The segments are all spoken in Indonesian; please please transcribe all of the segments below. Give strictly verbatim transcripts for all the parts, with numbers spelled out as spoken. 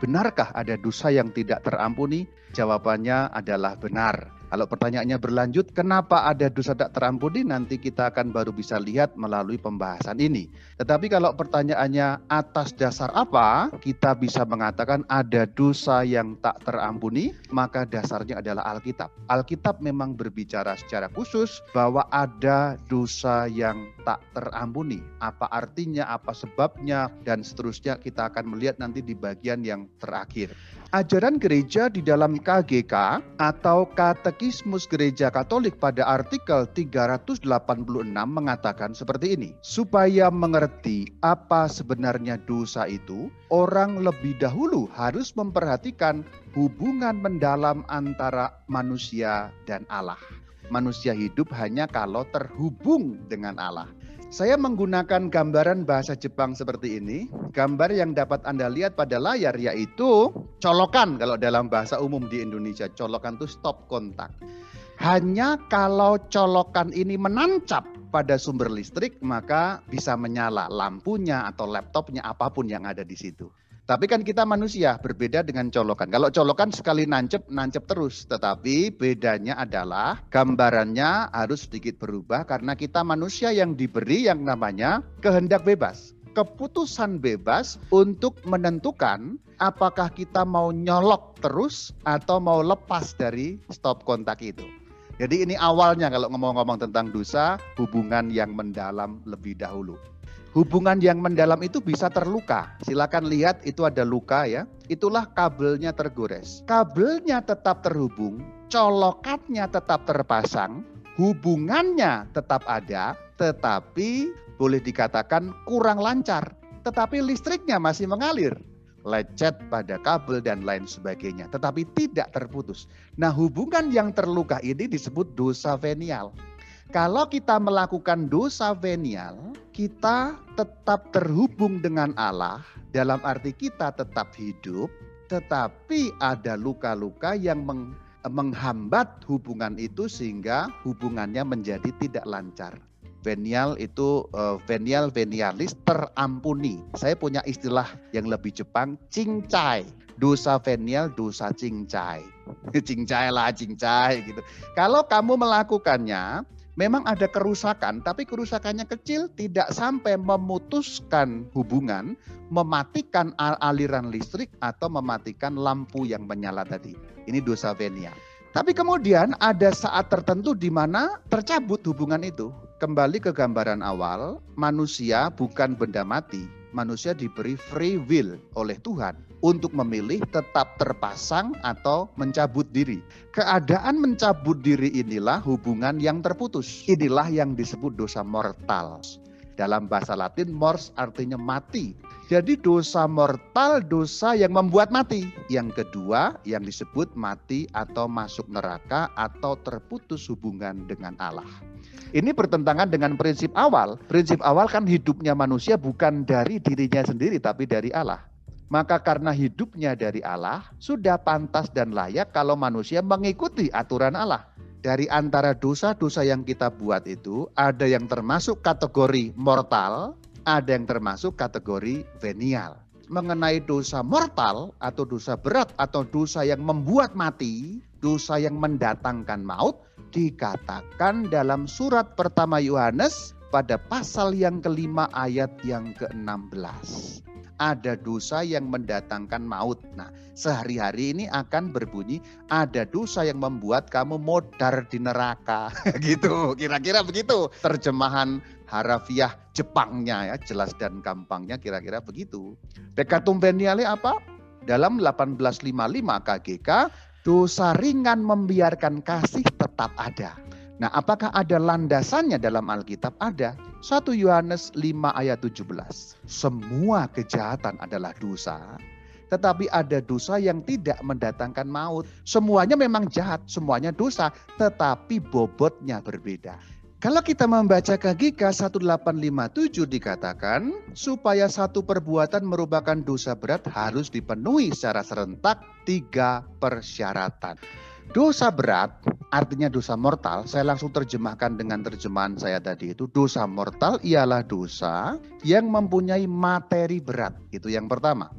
Benarkah ada dosa yang tidak terampuni? Jawabannya adalah benar. Kalau pertanyaannya berlanjut, kenapa ada dosa tak terampuni? Nanti kita akan baru bisa lihat melalui pembahasan ini. Tetapi kalau pertanyaannya atas dasar apa kita bisa mengatakan ada dosa yang tak terampuni, maka dasarnya adalah Alkitab. Alkitab memang berbicara secara khusus bahwa ada dosa yang tak terampuni. Apa artinya, apa sebabnya, dan seterusnya kita akan melihat nanti di bagian yang terakhir. Ajaran gereja di dalam K G K atau Katekismus Gereja Katolik pada artikel tiga ratus delapan puluh enam mengatakan seperti ini. Supaya mengerti apa sebenarnya dosa itu, orang lebih dahulu harus memperhatikan hubungan mendalam antara manusia dan Allah. Manusia hidup hanya kalau terhubung dengan Allah. Saya menggunakan gambaran bahasa Jepang seperti ini. Gambar yang dapat Anda lihat pada layar yaitu colokan kalau dalam bahasa umum di Indonesia. Colokan itu stop kontak. Hanya kalau colokan ini menancap pada sumber listrik maka bisa menyala lampunya atau laptopnya apapun yang ada di situ. Tapi kan kita manusia berbeda dengan colokan. Kalau colokan sekali nancep, nancep terus. Tetapi bedanya adalah gambarannya harus sedikit berubah karena kita manusia yang diberi yang namanya kehendak bebas. Keputusan bebas untuk menentukan apakah kita mau nyolok terus atau mau lepas dari stop kontak itu. Jadi ini awalnya kalau ngomong-ngomong tentang dosa, hubungan yang mendalam lebih dahulu. Hubungan yang mendalam itu bisa terluka. Silakan lihat itu ada luka ya. Itulah kabelnya tergores. Kabelnya tetap terhubung, colokannya tetap terpasang, hubungannya tetap ada, tetapi boleh dikatakan kurang lancar. Tetapi listriknya masih mengalir. Lecet pada kabel dan lain sebagainya. Tetapi tidak terputus. Nah, hubungan yang terluka ini disebut dosa venial. Kalau kita melakukan dosa venial, kita tetap terhubung dengan Allah, dalam arti kita tetap hidup, tetapi ada luka-luka yang meng, menghambat hubungan itu sehingga hubungannya menjadi tidak lancar. Venial itu, uh, venial venialis terampuni. Saya punya istilah yang lebih Jepang, cincai. Dosa venial, dosa cincai. Cincai lah, cincai gitu. Kalau kamu melakukannya, memang ada kerusakan, tapi kerusakannya kecil, tidak sampai memutuskan hubungan, mematikan aliran listrik atau mematikan lampu yang menyala tadi. Ini dosa venial. Tapi kemudian ada saat tertentu di mana tercabut hubungan itu. Kembali ke gambaran awal, manusia bukan benda mati. Manusia diberi free will oleh Tuhan untuk memilih tetap terpasang atau mencabut diri. Keadaan mencabut diri inilah hubungan yang terputus. Inilah yang disebut dosa mortal. Dalam bahasa Latin, mors artinya mati. Jadi dosa mortal, dosa yang membuat mati. Yang kedua yang disebut mati atau masuk neraka atau terputus hubungan dengan Allah. Ini bertentangan dengan prinsip awal. Prinsip awal kan hidupnya manusia bukan dari dirinya sendiri tapi dari Allah. Maka karena hidupnya dari Allah, sudah pantas dan layak kalau manusia mengikuti aturan Allah. Dari antara dosa-dosa yang kita buat itu, ada yang termasuk kategori mortal, ada yang termasuk kategori venial. Mengenai dosa mortal atau dosa berat atau dosa yang membuat mati, dosa yang mendatangkan maut, dikatakan dalam surat pertama Yohanes pada pasal yang kelima ayat yang keenam belas. Ada dosa yang mendatangkan maut. Nah, sehari-hari ini akan berbunyi ada dosa yang membuat kamu modar di neraka. Gitu, kira-kira begitu. Terjemahan harafiah Jepangnya ya, jelas dan gampangnya kira-kira begitu. Peccatum veniale apa? Dalam delapan belas lima puluh lima K G K, dosa ringan membiarkan kasih tetap ada. Nah, apakah ada landasannya dalam Alkitab? Ada. satu Yohanes lima ayat tujuh belas. Semua kejahatan adalah dosa, tetapi ada dosa yang tidak mendatangkan maut. Semuanya memang jahat, semuanya dosa, tetapi bobotnya berbeda. Kalau kita membaca K G K seribu delapan ratus lima puluh tujuh dikatakan, supaya satu perbuatan merupakan dosa berat harus dipenuhi secara serentak tiga persyaratan. Dosa berat artinya dosa mortal. Saya langsung terjemahkan dengan terjemahan saya tadi itu. Dosa mortal ialah dosa yang mempunyai materi berat. Itu yang pertama.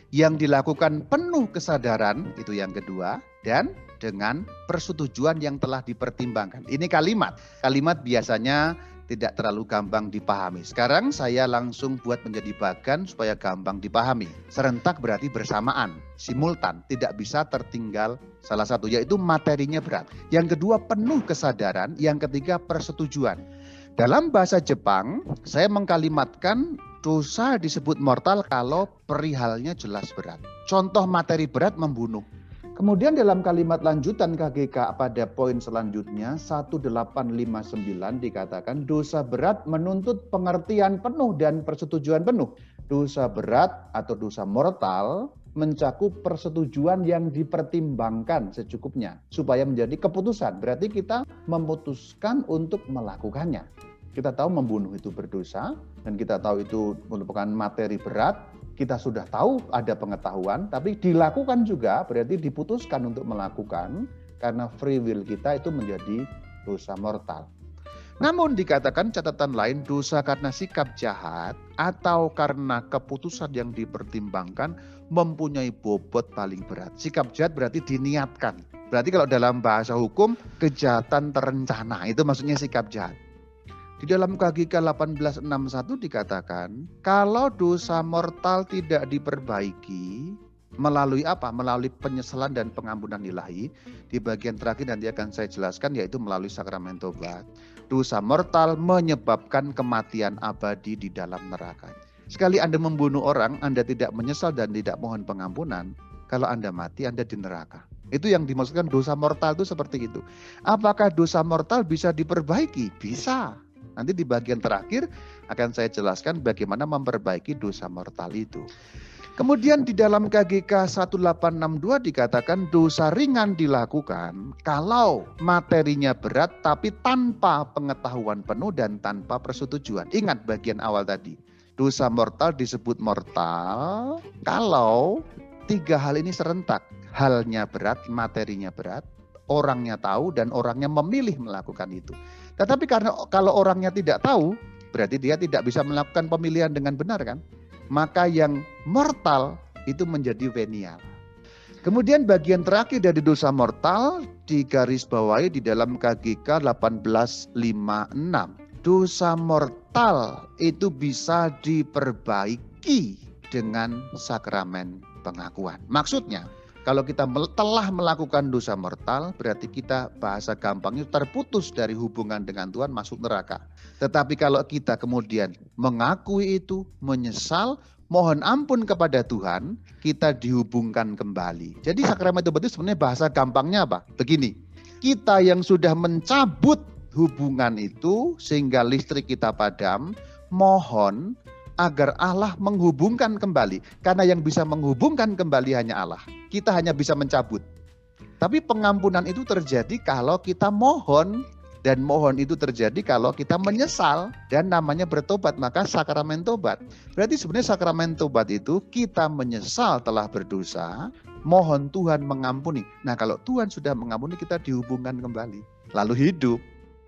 Yang dilakukan penuh kesadaran, itu yang kedua, dan dengan persetujuan yang telah dipertimbangkan. Ini kalimat. Kalimat biasanya tidak terlalu gampang dipahami. Sekarang saya langsung buat menjadi bagan supaya gampang dipahami. Serentak berarti bersamaan, simultan, tidak bisa tertinggal salah satu, yaitu materinya berat. Yang kedua penuh kesadaran, yang ketiga persetujuan. Dalam bahasa Jepang, saya mengkalimatkan dosa disebut mortal kalau perihalnya jelas berat. Contoh materi berat membunuh. Kemudian dalam kalimat lanjutan K G K pada poin selanjutnya satu delapan lima sembilan dikatakan dosa berat menuntut pengertian penuh dan persetujuan penuh. Dosa berat atau dosa mortal mencakup persetujuan yang dipertimbangkan secukupnya supaya menjadi keputusan. Berarti kita memutuskan untuk melakukannya. Kita tahu membunuh itu berdosa dan kita tahu itu merupakan materi berat. Kita sudah tahu ada pengetahuan, tapi dilakukan juga berarti diputuskan untuk melakukan karena free will kita itu menjadi dosa mortal. Namun dikatakan catatan lain, dosa karena sikap jahat atau karena keputusan yang dipertimbangkan mempunyai bobot paling berat. Sikap jahat berarti diniatkan. Berarti kalau dalam bahasa hukum kejahatan terencana, itu maksudnya sikap jahat. Di dalam K G K delapan belas enam puluh satu dikatakan, kalau dosa mortal tidak diperbaiki, melalui apa? Melalui penyesalan dan pengampunan ilahi. Di bagian terakhir nanti akan saya jelaskan, yaitu melalui sakramen tobat. Dosa mortal menyebabkan kematian abadi di dalam neraka. Sekali Anda membunuh orang, Anda tidak menyesal dan tidak mohon pengampunan, kalau Anda mati, Anda di neraka. Itu yang dimaksudkan dosa mortal itu seperti itu. Apakah dosa mortal bisa diperbaiki? Bisa. Nanti di bagian terakhir akan saya jelaskan bagaimana memperbaiki dosa mortal itu. Kemudian di dalam K G K satu delapan enam dua dikatakan dosa ringan dilakukan kalau materinya berat tapi tanpa pengetahuan penuh dan tanpa persetujuan. Ingat bagian awal tadi. Dosa mortal disebut mortal kalau tiga hal ini serentak. Halnya berat, materinya berat, orangnya tahu dan orangnya memilih melakukan itu. Tetapi karena kalau orangnya tidak tahu, berarti dia tidak bisa melakukan pemilihan dengan benar kan? Maka yang mortal itu menjadi venial. Kemudian bagian terakhir dari dosa mortal digarisbawahi di dalam K G K delapan belas lima enam. Dosa mortal itu bisa diperbaiki dengan sakramen pengakuan. Maksudnya, kalau kita telah melakukan dosa mortal, berarti kita bahasa gampangnya terputus dari hubungan dengan Tuhan, masuk neraka. Tetapi kalau kita kemudian mengakui itu, menyesal, mohon ampun kepada Tuhan, kita dihubungkan kembali. Jadi sakramen tobat itu sebenarnya bahasa gampangnya apa? Begini, kita yang sudah mencabut hubungan itu sehingga listrik kita padam, mohon agar Allah menghubungkan kembali. Karena yang bisa menghubungkan kembali hanya Allah. Kita hanya bisa mencabut. Tapi pengampunan itu terjadi kalau kita mohon. Dan mohon itu terjadi kalau kita menyesal. Dan namanya bertobat. Maka sakramen tobat. Berarti sebenarnya sakramen tobat itu kita menyesal telah berdosa. Mohon Tuhan mengampuni. Nah kalau Tuhan sudah mengampuni, kita dihubungkan kembali. Lalu hidup.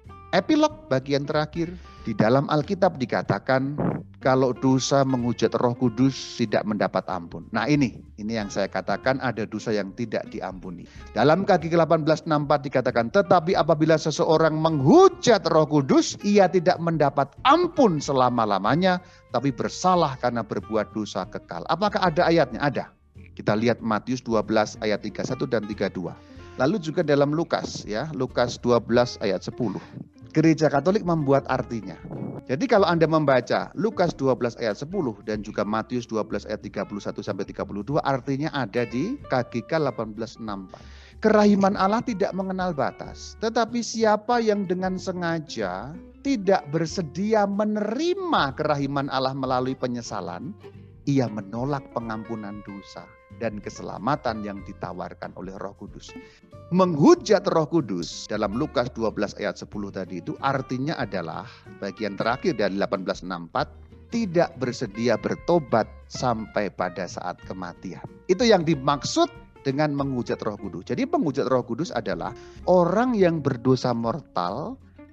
Epilog bagian terakhir. Di dalam Alkitab dikatakan kalau dosa menghujat Roh Kudus tidak mendapat ampun. Nah ini, ini yang saya katakan ada dosa yang tidak diampuni. Dalam K G K delapan belas enam puluh empat dikatakan, tetapi apabila seseorang menghujat Roh Kudus, ia tidak mendapat ampun selama-lamanya, tapi bersalah karena berbuat dosa kekal. Apakah ada ayatnya? Ada. Kita lihat Matius dua belas ayat tiga puluh satu dan tiga puluh dua. Lalu juga dalam Lukas, ya Lukas dua belas ayat sepuluh. Gereja Katolik membuat artinya. Jadi kalau Anda membaca Lukas dua belas ayat sepuluh dan juga Matius dua belas ayat tiga puluh satu sampai tiga puluh dua, artinya ada di K G K delapan belas enam puluh empat. Kerahiman Allah tidak mengenal batas, tetapi siapa yang dengan sengaja tidak bersedia menerima kerahiman Allah melalui penyesalan, ia menolak pengampunan dosa dan keselamatan yang ditawarkan oleh Roh Kudus. Menghujat Roh Kudus dalam Lukas dua belas ayat sepuluh tadi itu artinya adalah bagian terakhir dari delapan belas enam puluh empat, tidak bersedia bertobat sampai pada saat kematian. Itu yang dimaksud dengan menghujat Roh Kudus. Jadi menghujat Roh Kudus adalah orang yang berdosa mortal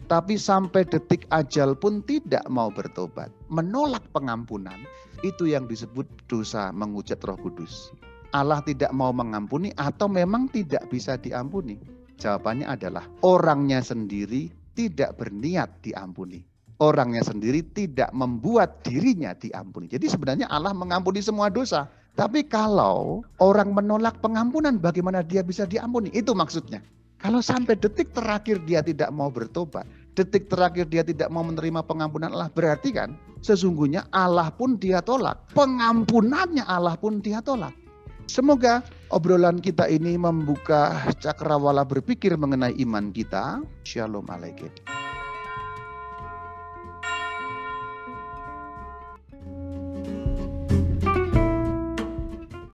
tapi sampai detik ajal pun tidak mau bertobat, menolak pengampunan, itu yang disebut dosa menghujat Roh Kudus. Allah tidak mau mengampuni atau memang tidak bisa diampuni? Jawabannya adalah orangnya sendiri tidak berniat diampuni. Orangnya sendiri tidak membuat dirinya diampuni. Jadi sebenarnya Allah mengampuni semua dosa. Tapi kalau orang menolak pengampunan, bagaimana dia bisa diampuni? Itu maksudnya. Kalau sampai detik terakhir dia tidak mau bertobat, detik terakhir dia tidak mau menerima pengampunan Allah, berarti kan sesungguhnya Allah pun dia tolak. Pengampunannya Allah pun dia tolak. Semoga obrolan kita ini membuka cakrawala berpikir mengenai iman kita. Shalom alaikum.